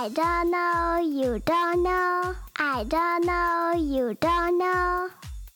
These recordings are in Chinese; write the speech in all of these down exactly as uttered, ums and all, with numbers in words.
I don't know, you don't know. I don't know, you don't know.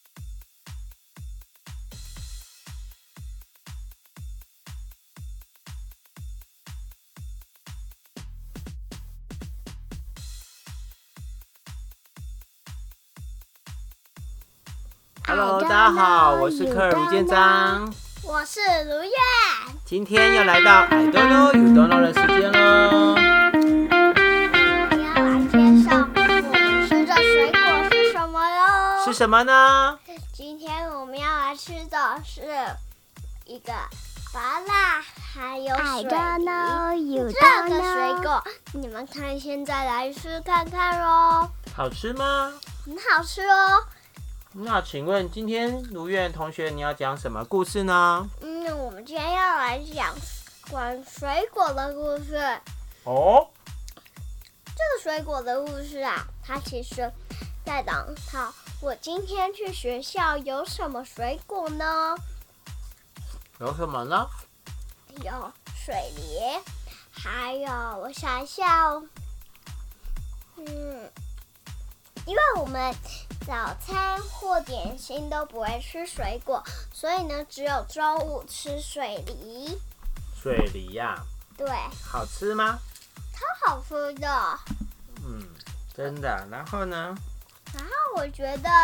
Hello， 大家好，我是科尔吴建章， 我是卢月。 今天又来到 I don't know you don't know 的时间喽。 要来介绍我们吃的水果是什么哟？ 是什么呢？ 今天我们要来吃的是一个芭乐，还有水梨。这个水果，你们看，现在来试看看咯。 好吃吗？ 很好吃哦。 那请问今天卢月同学你要讲什么故事呢？ 嗯，我们今天要来讲关于水果的故事。 哦， 这个水果的故事啊，它其实在讲到我今天去学校有什么水果呢？ 有什么呢？ 有水梨，还有我想一下哦，嗯，因为我们早餐或点心都不会吃水果，所以呢，只有中午吃水梨。 水梨呀、啊， 对， 好吃吗？ 超好吃的。 嗯，真的。然后呢？ 然后我觉得，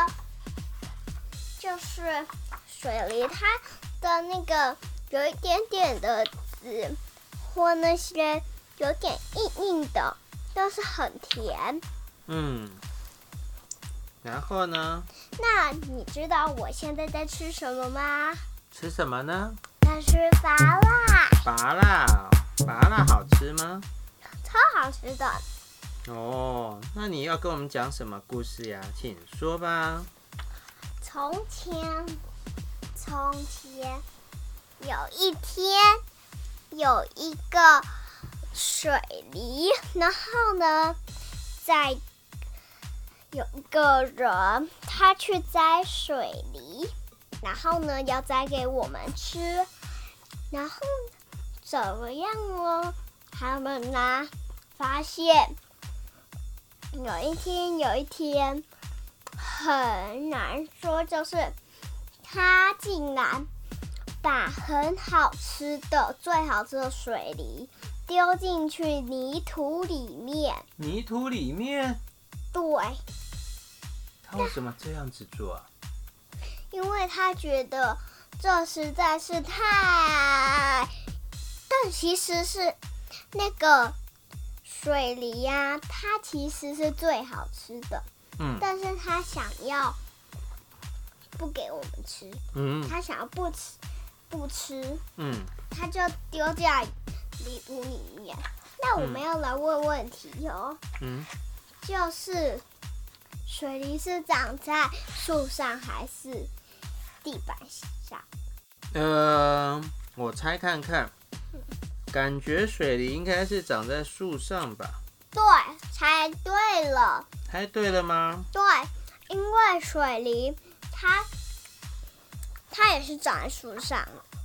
就是水梨它的那个有一点点的籽，或那些有点硬硬的，都是很甜。 嗯。然后呢？ 那你知道我现在在吃什么吗？ 吃什么呢？ 在吃芭乐。 芭乐，芭乐好吃吗？ 超好吃的。 哦，那你要跟我们讲什么故事呀？请说吧。 从前，从前有一天，有一个水梨，然后呢，在有一个人，他去摘水梨，然后呢要摘给我们吃，然后怎么样呢？他们呢发现有一天，有一天很难说，就是他竟然把很好吃的、最好吃的水梨丢进去泥土里面。 泥土里面？ 对。 他为什么这样子做啊？ 因为他觉得这实在是太……但其实是那个水梨呀、啊，它其实是最好吃的。 嗯。 但是他想要不给我们吃。 嗯。 他想要不吃，不吃。 嗯。 他就丢在泥土里面。那我们要来问问题哟。嗯。就是。水梨是长在树上还是地板上？ 呃，我猜看看，感觉水梨应该是长在树上吧？ 对，猜对了。 猜对了吗？ 对，因为水梨它它也是长在树上，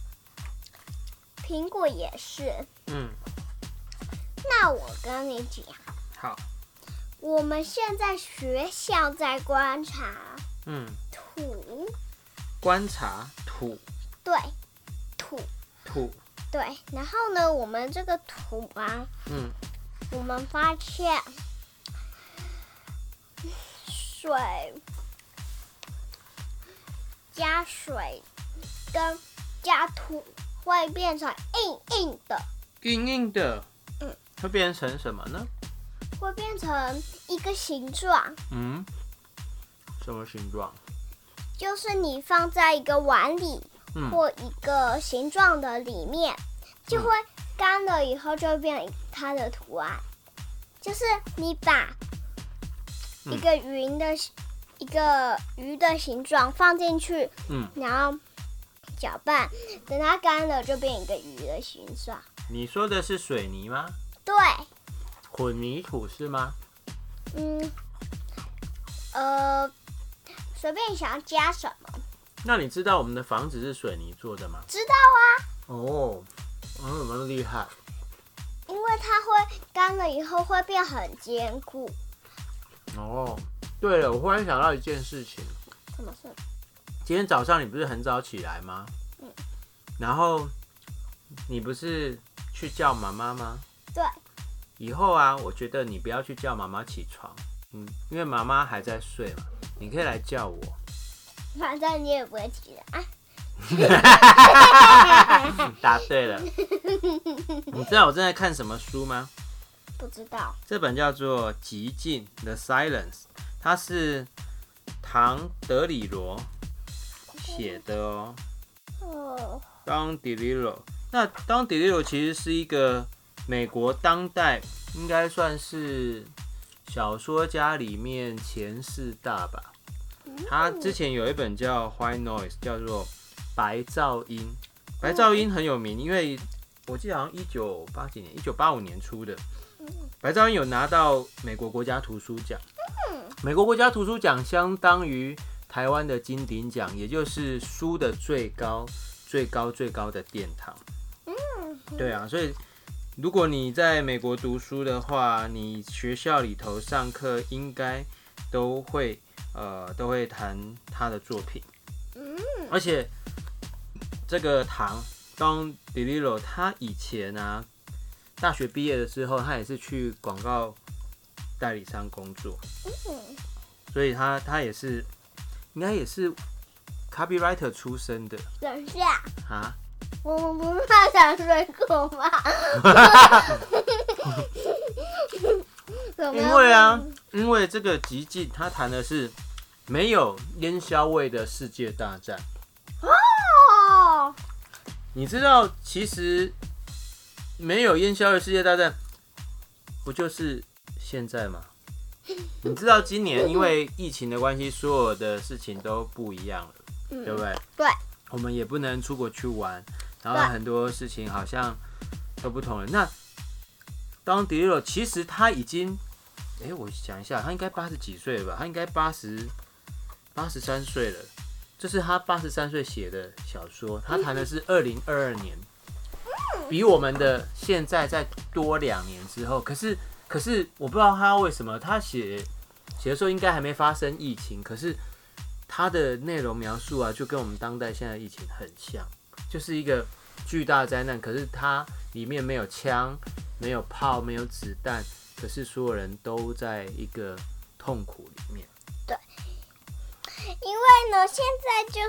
苹果也是。嗯。那我跟你讲。 好。 我们现在学校在观察，嗯，土， 观察土， 对，土， 土， 对。然后呢，我们这个土啊，嗯，我们发现水加水跟加土会变成硬硬的， 硬硬的，嗯，会变成什么呢？ 会变成一个形状。嗯， 什么形状？ 就是你放在一个碗里，嗯、或一个形状的里面，就会干了以后就会变它的图案。就是你把一个云的、嗯、一个鱼的形状放进去，嗯，然后搅拌，等它干了就变一个鱼的形状。 你说的是水泥吗？ 对。 混凝土是吗？ 嗯，呃，随便想要加什么。 那你知道我们的房子是水泥做的吗？ 知道啊。 哦，嗯，有没有厉害？ 因为为它会干了以后会变很坚固。 哦，对了，我忽然想到一件事情。 什么事？ 今天早上你不是很早起来吗？嗯。然后你不是去叫妈妈吗？ 对。 以后啊，我觉得你不要去叫妈妈起床，嗯，因为妈妈还在睡嘛，你可以来叫我。 反正你也不会起来。 答对了。你知道我正在看什么书吗？ 不知道。 这本叫做《寂静》（The Silence），它是唐德里罗写的哦。哦。Don DeLillo， 那 Don DeLillo 其实是一个美国当代应该算是小说家里面前四大吧。他之前有一本叫《White Noise》，叫做白噪音。白噪音很有名，因为我记得好像一九八几年，一九八五年出的。白噪音有拿到美国国家图书奖。美国国家图书奖相当于台湾的金鼎奖，也就是书的最高、最高、最高的殿堂。对啊，所以如果你在美国读书的话，你学校里头上课应该都会。呃，都会谈他的作品，嗯，而且这个唐 Don DeLillo 他以前啊，大学毕业的时候，他也是去广告代理商工作，嗯，所以他他也是应该也是 copywriter 出身的。 等一下啊， 我们不是在讲水果吗？ 因为啊，因为这个寂静，他谈的是没有烟硝味的世界大战。哦，你知道，其实没有烟硝味的世界大战，不就是现在吗？你知道，今年因为疫情的关系，所有的事情都不一样了，嗯、对不对？ 对。 我们也不能出国去玩，然后很多事情好像都不同了。那Don DeLillo其实他已经，哎、欸，我想一下，他应该八十几岁了吧？他应该八十八十三岁了。这是他八十三岁写的小说，他谈的是二零二二年，比我们的现在再多两年之后。可是，可是我不知道他为什么，他写写的时候应该还没发生疫情，可是他的内容描述啊，就跟我们当代现在的疫情很像，就是一个巨大的灾难。可是它里面没有枪。没有炮，没有子弹，可是所有人都在一个痛苦里面。 对，因为呢，现在就是，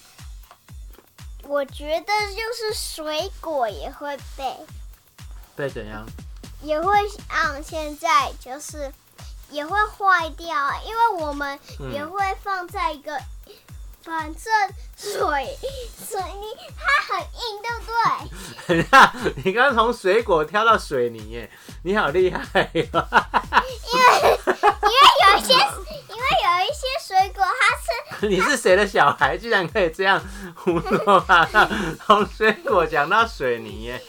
我觉得就是水果也会被被怎样？ 也会像现在就是也会坏掉，因为我们也会放在一个。嗯反正水水泥它很硬，对不对？你刚刚从水果跳到水泥耶，你好厉害哟！因为因为有一些因为有一些水果它是你是谁的小孩，居然可以这样胡弄啊？从水果讲到水泥耶？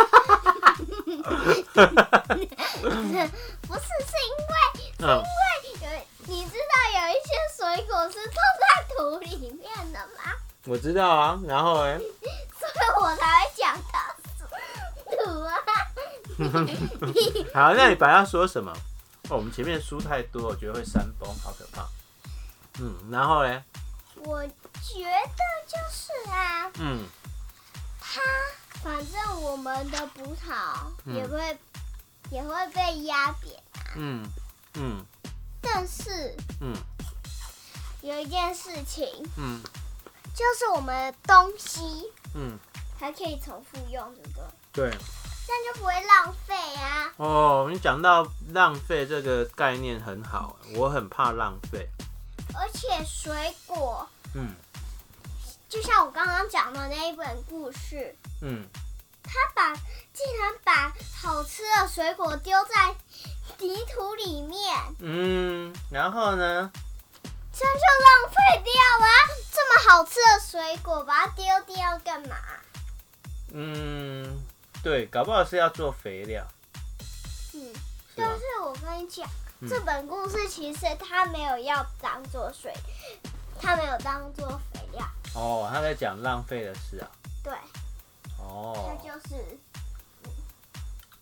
不是，是因为是因为有你知道有一些水果是种在土里面的吗？ 我知道啊，然后呢？ 所以我才会讲到土啊。 好，那你本来要说什么？哦，我们前面书太多，我觉得会山崩，好可怕。嗯，然后呢？ 我觉得就是啊，嗯，它反正我们的葡萄也会、嗯、也会被压扁啊。嗯嗯。但是，嗯，有一件事情，嗯，就是我们的东西，嗯，还可以重复用，对不对？ 对。 这样就不会浪费啊。 哦，你讲到浪费这个概念很好，我很怕浪费。 而且水果，嗯，就像我刚刚讲的那一本故事，嗯，他把竟然把好吃的水果丢在泥土里面， 嗯，然后呢？ 这样就浪费掉啊！这么好吃的水果，把它丢掉干嘛？ 嗯，对，搞不好是要做肥料。 嗯，但是我跟你讲，嗯、这本故事其实它没有要当做水，它没有当做肥料。 哦，他在讲浪费的事啊。 对。 哦。 它就是。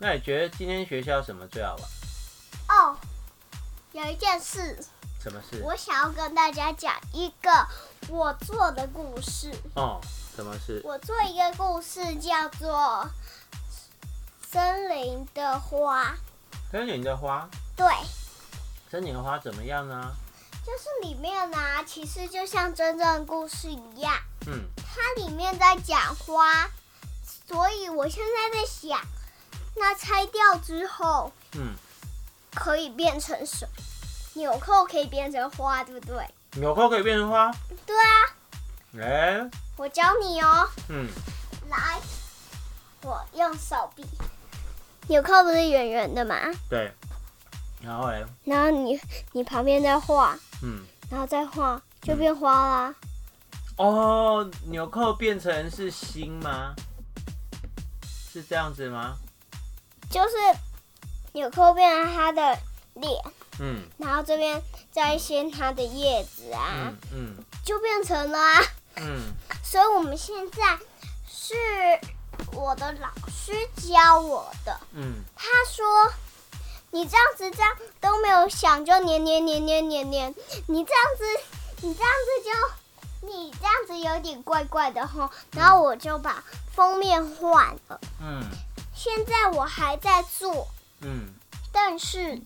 那你觉得今天学校什么最好玩？ 哦，有一件事， 什么事？ 我想要跟大家讲一个我做的故事。 哦，什么事？ 我做一个故事叫做《森林的花》。 森林的花？ 对。 森林的花怎么样呢？ 就是里面呢、啊，其实就像真正的故事一样。 嗯。 它里面在讲花，所以我现在在想，那拆掉之后， 嗯， 可以变成什么？纽扣可以变成花，对不对？ 纽扣可以变成花？ 对啊。 哎、欸， 我教你哦。 嗯。 来，我用手比。纽扣不是圆圆的吗？ 对。然后嘞？ 然后你你旁边再画， 嗯， 然后再画，就变花啦。 嗯、哦，纽扣变成是心吗？是这样子吗？ 就是纽扣变成它的脸， 嗯， 然后这边再掀它的叶子啊， 嗯嗯， 就变成了啊。 嗯， 所以我们现在是我的老师教我的， 嗯， 他说。你这样子这样都没有想就黏黏黏黏黏黏，你这样子你这样子就你这样子有点怪怪的吼，然后我就把封面换了。嗯。现在我还在做。嗯。但是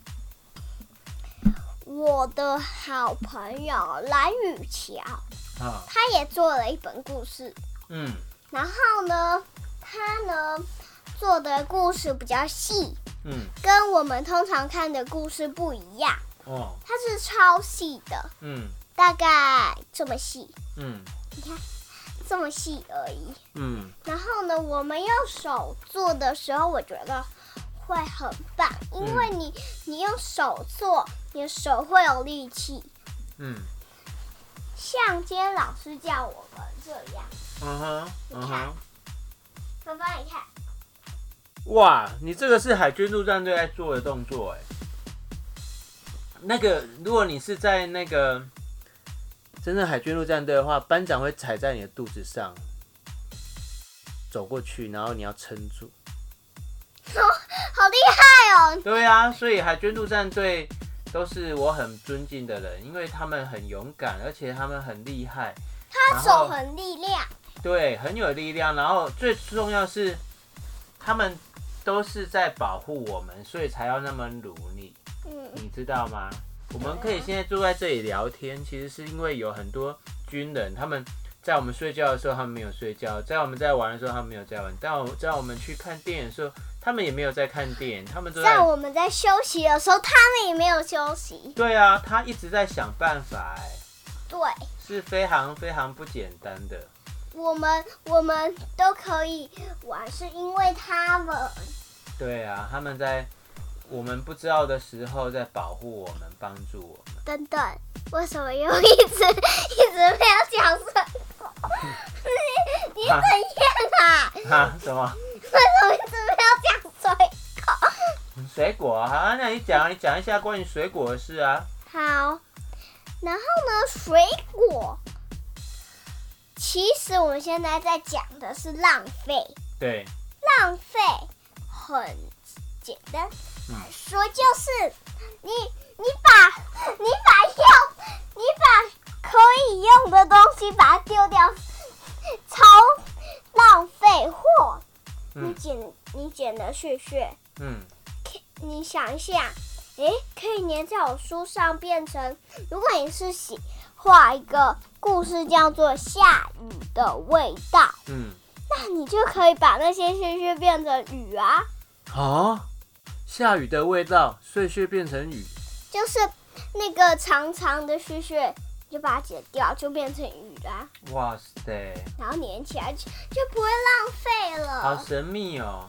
我的好朋友蓝雨乔，啊，他也做了一本故事。嗯。然后呢，他呢做的故事比较细。嗯，跟我们通常看的故事不一样哦，它是超细的，嗯，大概这么细，嗯，你看这么细而已，嗯。然后呢，我们用手做的时候，我觉得会很棒，因为你、嗯、你用手做，你的手会有力气，嗯。像今天老师叫我们这样，嗯哼，你看，爸爸、你看。 哇，你这个是海军陆战队在做的动作哎。那个，如果你是在那个真正海军陆战队的话，班长会踩在你的肚子上，走过去，然后你要撑住。 哦，好厉害哦！ 对啊，所以海军陆战队都是我很尊敬的人，因为他们很勇敢，而且他们很厉害。 他手很力量。 对，很有力量。然后最重要是，他们都是在保护我们，所以才要那么努力。嗯，你知道吗？我们可以现在坐在这里聊天，其实是因为有很多军人，他们在我们睡觉的时候，他们没有睡觉；在我们在玩的时候，他们没有在玩；在我在我们去看电影的时候，他们也没有在看电影。他们都在， 在我们在休息的时候，他们也没有休息。 对啊，他一直在想办法，哎， 对， 是非常非常不简单的。 我们我们都可以玩，是因为他们。 对啊，他们在我们不知道的时候在保护我们，帮助我们。 等等，为什么又一直一直没有讲水果？你你怎样啊？ 啊？什么？ 为什么一直没有讲水果？ 水果啊，那你讲，你讲一下关于水果的事啊。 好，然后呢，水果。其实我们现在在讲的是浪费。 对。 浪费很简单来说，就是你你把你把用你把可以用的东西把它丢掉，超浪费。或你剪、嗯、你剪的屑屑，嗯，你想一下，诶，可以粘在我书上变成，如果你是写画一个故事叫做《下雨的味道》，嗯，那你就可以把那些屑屑变成雨啊。 啊，下雨的味道，碎屑变成雨， 就是那个长长的屑屑，你就把它剪掉，就变成雨啦。 哇塞！ 然后粘起来就就不会浪费了。 好神秘哦！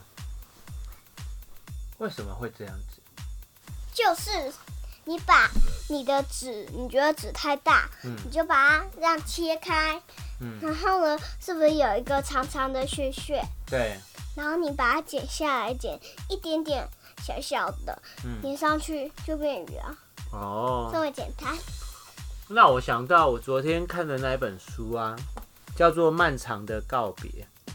为什么会这样子？ 就是你把你的纸，你觉得纸太大，嗯、你就把它这样切开，嗯、然后呢，是不是有一个长长的屑屑？ 对。 然后你把它剪下来，剪一点点小小的，粘、嗯、上去就变雨了。哦，这么简单。 那我想到我昨天看的那一本书啊，叫做《漫长的告别》。 哦，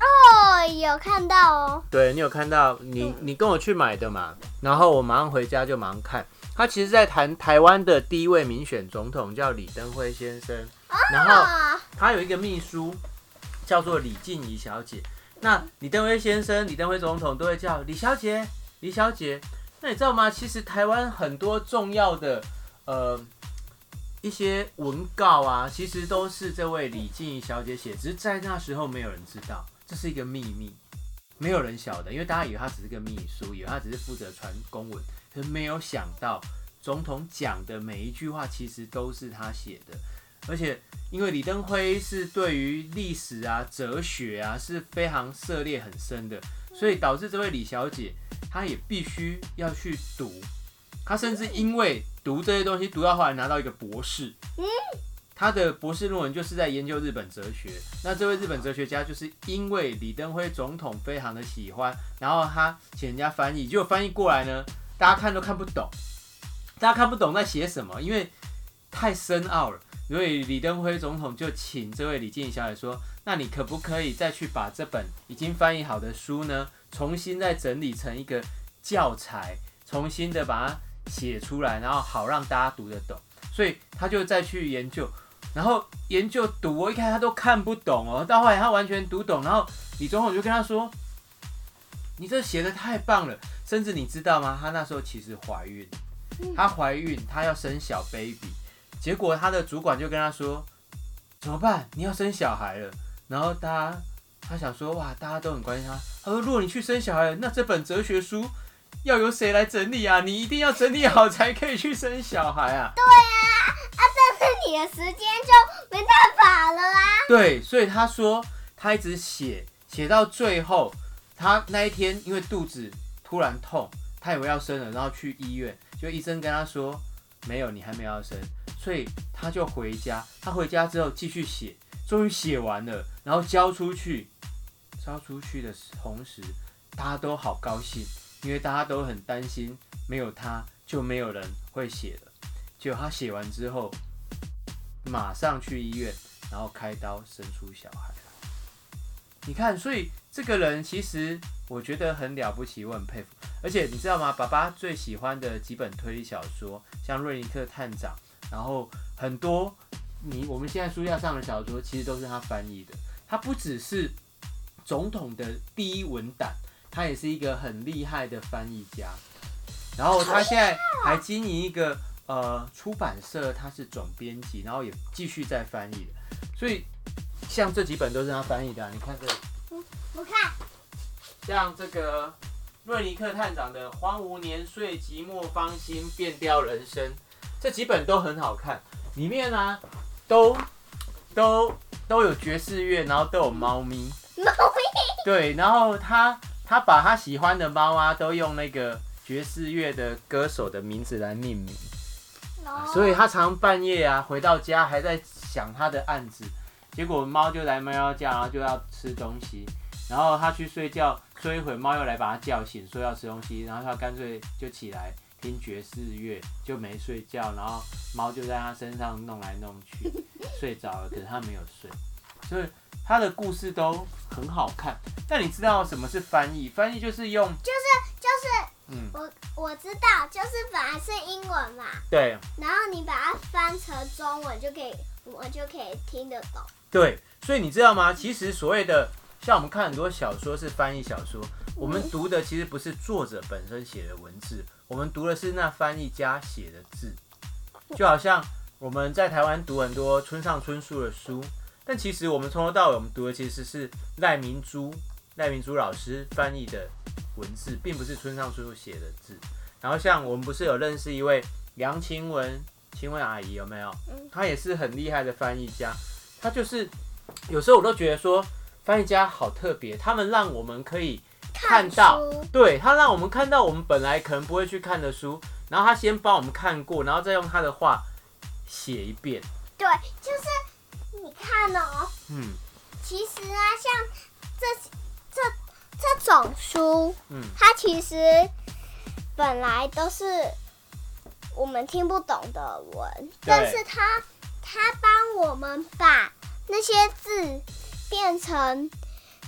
我有看到哦。 对，你有看到，你你跟我去买的嘛，然后我马上回家就马上看。他其实在谈台湾的第一位民选总统叫李登辉先生，然后他有一个秘书叫做李静怡小姐。那李登辉先生、李登辉总统都会叫李小姐、李小姐。那你知道吗？其实台湾很多重要的呃一些文告啊，其实都是这位李静怡小姐写，只是在那时候没有人知道，这是一个秘密，没有人晓得，因为大家以为他只是个秘书，以为他只是负责传公文，可是没有想到总统讲的每一句话其实都是他写的。而且因为李登辉是对于历史啊、哲学啊是非常涉猎很深的，所以导致这位李小姐她也必须要去读，她甚至因为读这些东西读到后来拿到一个博士，她的博士论文就是在研究日本哲学。那这位日本哲学家就是因为李登辉总统非常的喜欢，然后他请人家翻译，结果翻译过来呢，大家看都看不懂，大家看不懂在写什么，因为太深奥了。所以李登辉总统就请这位李静怡小姐说：“那你可不可以再去把这本已经翻译好的书呢，重新再整理成一个教材，重新的把它写出来，然后好让大家读得懂。”所以他就再去研究，然后研究读，我一开始他都看不懂哦，到后来他完全读懂，然后李总统就跟他说：“你这写得太棒了！”甚至你知道吗？他那时候其实怀孕，她怀孕，她要生小 baby。结果他的主管就跟他说：“怎么办？你要生小孩了。”然后他他想说：“哇，大家都很关心他。”他说：“如果你去生小孩了，那这本哲学书要由谁来整理啊？你一定要整理好才可以去生小孩啊。” 对啊，啊，但是你的时间就没办法了啦。 对，所以他说他一直写，写到最后，他那一天因为肚子突然痛，他以为要生了，然后去医院，就医生跟他说：“没有，你还没有要生。”所以他就回家，他回家之后继续写，终于写完了，然后交出去。交出去的同时，大家都好高兴，因为大家都很担心，没有他就没有人会写了。结果他写完之后，马上去医院，然后开刀生出小孩了。你看，所以这个人其实我觉得很了不起，我很佩服。而且你知道吗？爸爸最喜欢的几本推理小说，像《瑞尼克探长》。然后很多你我们现在书架上的小说，其实都是他翻译的。他不只是总统的第一文胆，他也是一个很厉害的翻译家。然后他现在还经营一个呃出版社，他是总编辑，然后也继续在翻译的。所以像这几本都是他翻译的、啊，你看这里。 嗯，我看。 像这个瑞尼克探长的《荒芜年岁，寂寞芳心，变调人生》。这几本都很好看，里面呢、啊、都都都有爵士乐，然后都有猫咪。 猫咪。 对，然后他他把他喜欢的猫啊，都用那个爵士乐的歌手的名字来命名。Oh. 所以他常半夜啊回到家还在想他的案子，结果猫就来喵喵叫，然后就要吃东西，然后他去睡觉，睡一会猫又来把他叫醒，说要吃东西，然后他干脆就起来。听爵士乐就没睡觉，然后猫就在他身上弄来弄去，睡着了，可是他没有睡，所以他的故事都很好看。但你知道什么是翻译？翻译就是用， 就是就是， 嗯， 我我知道，就是本来是英文嘛， 对， 然后你把它翻成中文就可以，我就可以听得懂。 对，所以你知道吗？其实所谓的像我们看很多小说是翻译小说，我们读的其实不是作者本身写的文字。我们读的是那翻译家写的字，就好像我们在台湾读很多村上春树的书，但其实我们从头到尾我们读的其实是赖明珠赖明珠老师翻译的文字，并不是村上春树写的字。然后像我们不是有认识一位梁晴雯，晴雯阿姨有没有？她也是很厉害的翻译家，她就是有时候我都觉得说翻译家好特别，他们让我们可以。看到，对，他让我们看到我们本来可能不会去看的书，然后他先帮我们看过，然后再用他的话写一遍。 对，就是你看哦，嗯，其实啊，像这这这种书，嗯，它其实本来都是我们听不懂的文，但是他他帮我们把那些字变成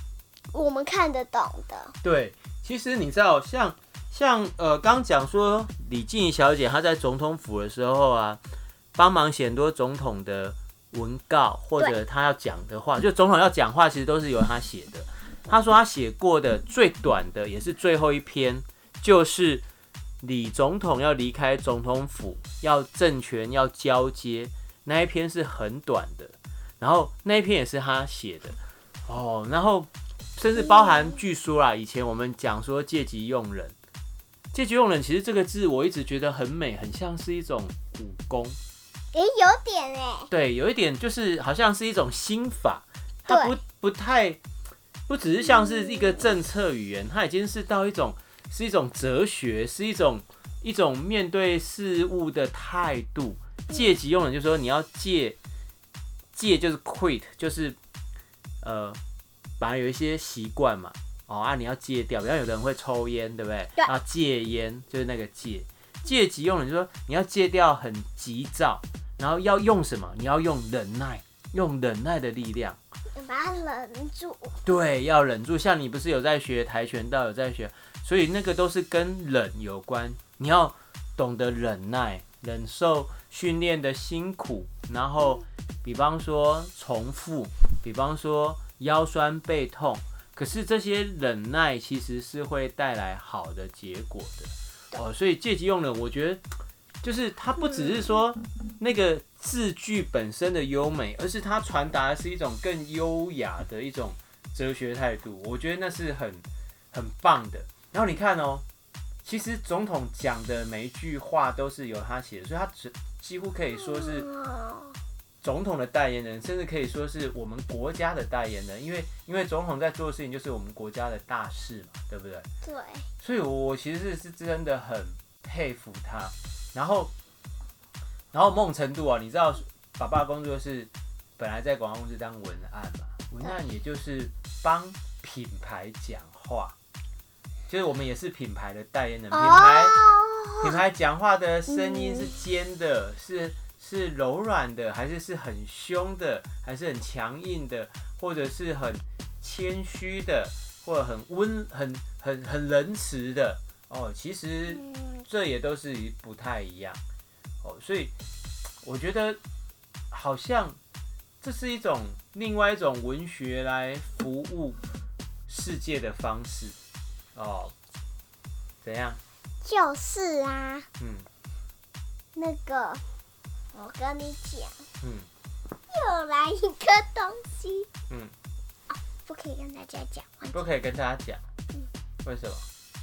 我们看得懂的。 对，其实你知道，像像呃，刚讲说李静怡小姐她在总统府的时候啊，帮忙写很多总统的文告或者她要讲的话，就总统要讲话，其实都是由她写的。她说她写过的最短的，也是最后一篇，就是李总统要离开总统府，要政权要交接那一篇是很短的，然后那一篇也是她写的哦，然后甚至包含据说啦，以前我们讲说借机用人。借机用人，其实这个字我一直觉得很美，很像是一种武功。 诶，有点哎。 对，有一点就是好像是一种心法，它不不太不只是像是一个政策语言，它已经是到一种是一种哲学，是一种一种面对事物的态度。借机用人就是说你要戒戒就是 quit， 就是呃，本来有一些习惯嘛。哦啊，你要戒掉，比方有的人会抽烟，对不对？ 对。 然后戒烟就是那个戒，戒急用人就是说你要戒掉很急躁，然后要用什么？你要用忍耐，用忍耐的力量， 把它忍住。 对，要忍住。像你不是有在学跆拳道，有在学，所以那个都是跟忍有关。你要懂得忍耐，忍受训练的辛苦，然后比方说重复，比方说腰酸背痛。可是这些忍耐其实是会带来好的结果的哦，所以借机用人，我觉得就是它不只是说那个字句本身的优美，而是它传达的是一种更优雅的一种哲学态度，我觉得那是很很棒的。然后你看哦，其实总统讲的每一句话都是由他写的，所以他几乎可以说是总统的代言人，甚至可以说是我们国家的代言人，因为因为总统在做的事情就是我们国家的大事嘛，对不对？ 对。 所以我其实是真的很佩服他。然后，然后某种程度啊，你知道，爸爸工作是本来在广告公司当文案嘛，文案也就是帮品牌讲话，就是我们也是品牌的代言人，品牌、oh. 品牌讲话的声音是尖的，嗯、是。是柔软的，还是是很凶的，还是很强硬的，或者是很谦虚的，或者很温、很很很仁慈的哦。其实这也都是不太一样哦，所以我觉得好像这是一种另外一种文学来服务世界的方式哦。怎样？ 就是啊， 嗯， 那个。我跟你讲， 嗯， 又来一个东西， 嗯， 哦，不可以跟大家讲， 不可以跟大家讲，嗯，为什么？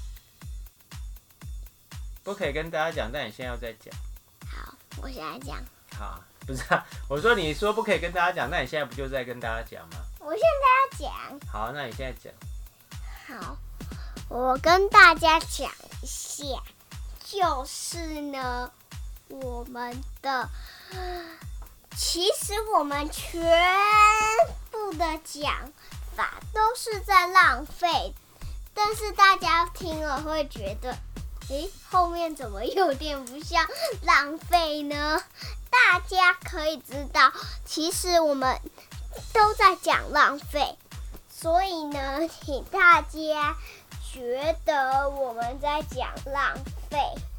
不可以跟大家讲，但你现在要再讲。 好，我现在讲。 好，不是啊，我说你说不可以跟大家讲，那你现在不就是在跟大家讲吗？ 我现在要讲。 好，那你现在讲。 好，我跟大家讲一下，就是呢。我们的，其实我们全部的讲法都是在浪费，但是大家听了会觉得，诶，后面怎么有点不像浪费呢？大家可以知道，其实我们都在讲浪费，所以呢，请大家觉得我们在讲浪费。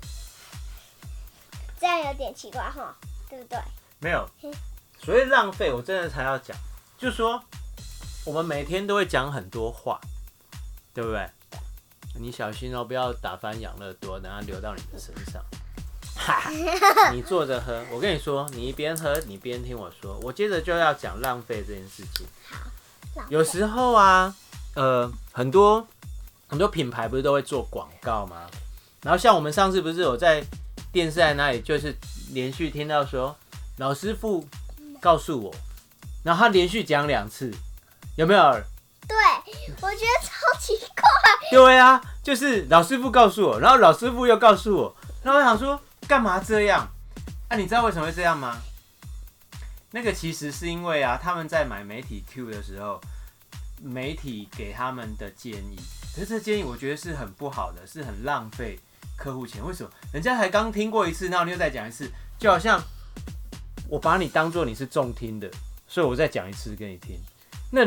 这样有点奇怪哈，对不对？ 没有，所谓浪费，我真的才要讲，就是说我们每天都会讲很多话，对不对？你小心哦，不要打翻养乐多，等它流到你的身上。哈，你坐着喝，我跟你说，你一边喝，你边听我说，我接着就要讲浪费这件事情。 好， 有时候啊，呃，很多很多品牌不是都会做广告吗？然后像我们上次不是有在电视在那里，就是连续听到说老师傅告诉我，然后他连续讲两次，有没有？ 对，我觉得超奇怪。 对啊，就是老师傅告诉我，然后老师傅又告诉我，然后我想说干嘛这样？啊，你知道为什么会这样吗？那个其实是因为啊，他们在买媒体 Q 的时候，媒体给他们的建议，可是这建议我觉得是很不好的，是很浪费客户钱。为什么？人家才刚听过一次，然后你又再讲一次，就好像我把你当作你是重听的，所以我再讲一次给你听。那人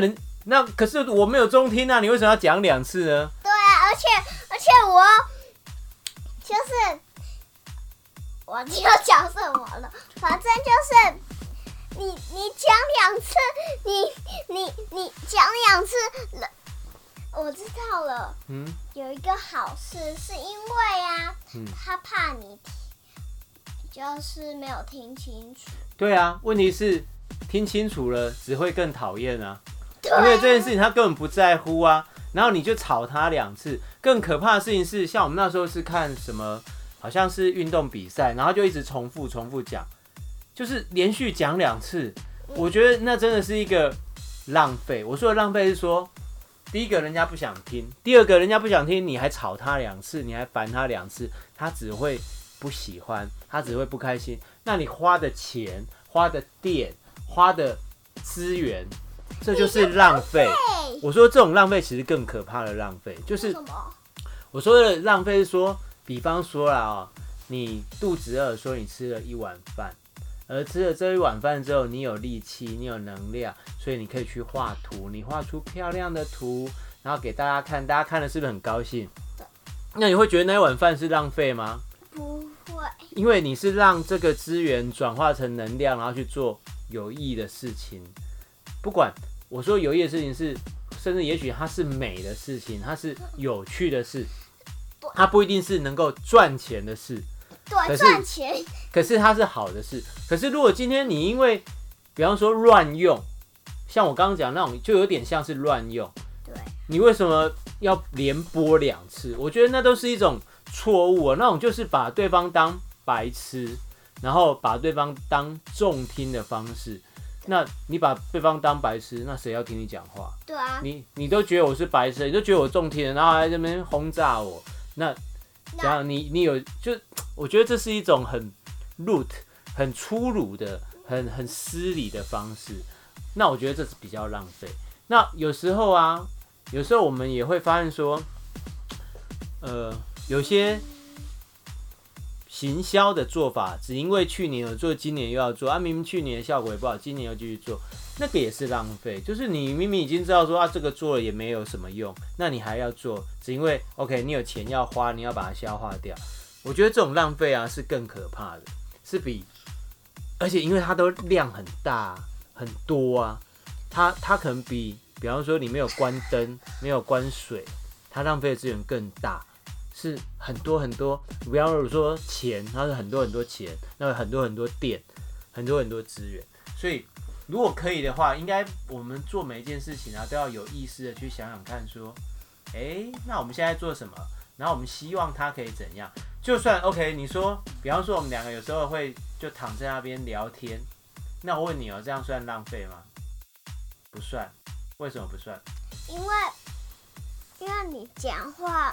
那可是我没有中听啊，你为什么要讲两次呢？ 对啊，而且而且我就是我就讲什么了，反正就是你你讲两次，你你你讲两次了，我知道了。嗯，有一个好事是因为啊，嗯、他怕你就是没有听清楚。 对啊，问题是听清楚了只会更讨厌啊。因为这件事情他根本不在乎啊，然后你就吵他两次。更可怕的事情是，像我们那时候是看什么，好像是运动比赛，然后就一直重复重复讲，就是连续讲两次。我觉得那真的是一个浪费。我说的浪费是说，第一个人家不想听，第二个人家不想听，你还吵他两次，你还烦他两次，他只会不喜欢，他只会不开心。那你花的钱、花的电、花的资源。这就是浪费。我说这种浪费其实更可怕的浪费，就是我说的浪费是说，比方说啦哦，你肚子饿，说你吃了一碗饭，而吃了这一碗饭之后，你有力气，你有能量，所以你可以去画图，你画出漂亮的图，然后给大家看，大家看了是不是很高兴？那你会觉得那一碗饭是浪费吗？ 不会， 因为你是让这个资源转化成能量，然后去做有意义的事情。不管我说有意义的事情是，甚至也许它是美的事情，它是有趣的事，它不一定是能够赚钱的事。 对，赚钱。 可是它是好的事。可是如果今天你因为，比方说乱用，像我刚刚讲那种，就有点像是乱用。 对。 你为什么要连播两次？我觉得那都是一种错误啊，那种就是把对方当白痴，然后把对方当重听的方式。那你把对方当白痴，那谁要听你讲话？ 对啊， 你你都觉得我是白痴，你都觉得我中听了，然后还在这边轰炸我，那这样你你有就我觉得这是一种很 rude、很粗鲁的、很很失礼的方式。那我觉得这是比较浪费。那有时候啊，有时候我们也会发现说，呃，有些行销的做法，只因为去年有做，今年又要做啊，明明去年的效果也不好，今年又继续做，那个也是浪费。就是你明明已经知道说啊，这个做了也没有什么用，那你还要做，只因为 OK 你有钱要花，你要把它消化掉。我觉得这种浪费啊是更可怕的，是比，而且因为它都量很大很多啊，它它可能比，比方说你没有关灯，没有关水，它浪费的资源更大。是很多很多，比方说钱，它是很多很多钱，那很多很多电，很多很多资源。所以如果可以的话，应该我们做每一件事情啊，都要有意识的去想想看，说，哎、欸，那我们现在做什么？然后我们希望它可以怎样？就算 OK， 你说，比方说我们两个有时候会就躺在那边聊天，那我问你哦、喔，这样算浪费吗？不算。为什么不算？ 因为因为你讲话。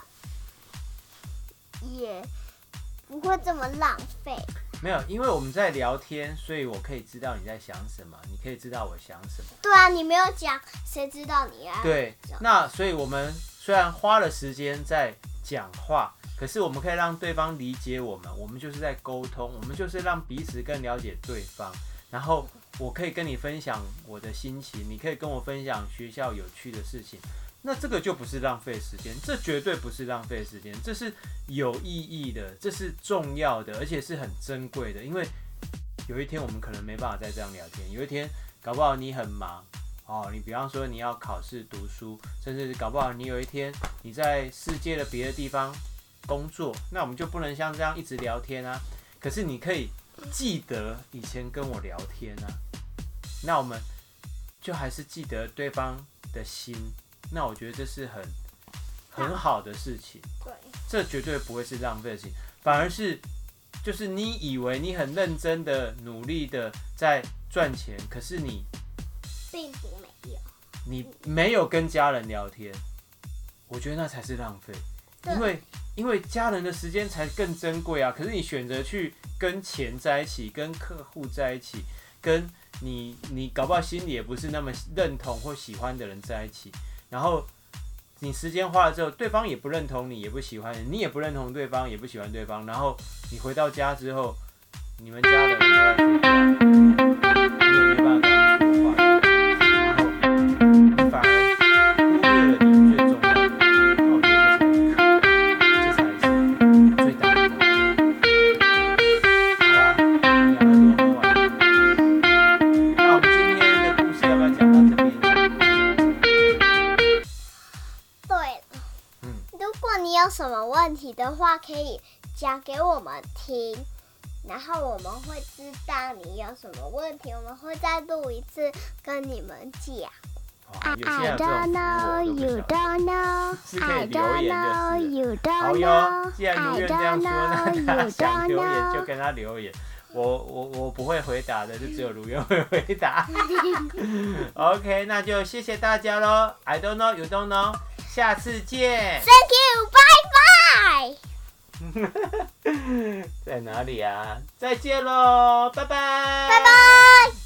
也不会这么浪费。 没有，因为我们在聊天，所以我可以知道你在想什么，你可以知道我想什么。 对啊，你没有讲，谁知道你啊？ 对，那所以我们虽然花了时间在讲话，可是我们可以让对方理解我们，我们就是在沟通，我们就是让彼此更了解对方。然后我可以跟你分享我的心情，你可以跟我分享学校有趣的事情。那这个就不是浪费时间，这绝对不是浪费时间，这是有意义的，这是重要的，而且是很珍贵的。因为有一天我们可能没办法再这样聊天，有一天搞不好你很忙哦，你比方说你要考试读书，甚至搞不好你有一天你在世界的别的地方工作，那我们就不能像这样一直聊天啊。可是你可以记得以前跟我聊天啊，那我们就还是记得对方的心。那我觉得这是很很好的事情， 对， 这绝对不会是浪费的事情，反而是就是你以为你很认真的努力的在赚钱，可是你并不没有， 你没有跟家人聊天，我觉得那才是浪费，因为因为家人的时间才更珍贵啊，可是你选择去跟钱在一起，跟客户在一起，跟你你搞不好心里也不是那么认同或喜欢的人在一起。然后你时间花了之后，对方也不认同你，也不喜欢你，你也不认同对方，也不喜欢对方。然后你回到家之后，你们家的人都在睡觉，你也没办法跟他们说话，然后你反而题的话，可以讲给我们听，然后我们会知道你有什么问题，我们会再录一次跟你们讲。 I don't know, you don't know. 是可以留言就是。好哟，既然如愿这样说，那大家想留言就跟他留言。我我我不会回答的，就只有如愿会回答。OK， 那就谢谢大家咯。I don't know, you don't know。下次见。 Thank you， 拜拜。 在哪里啊？再见咯，拜拜。 拜拜。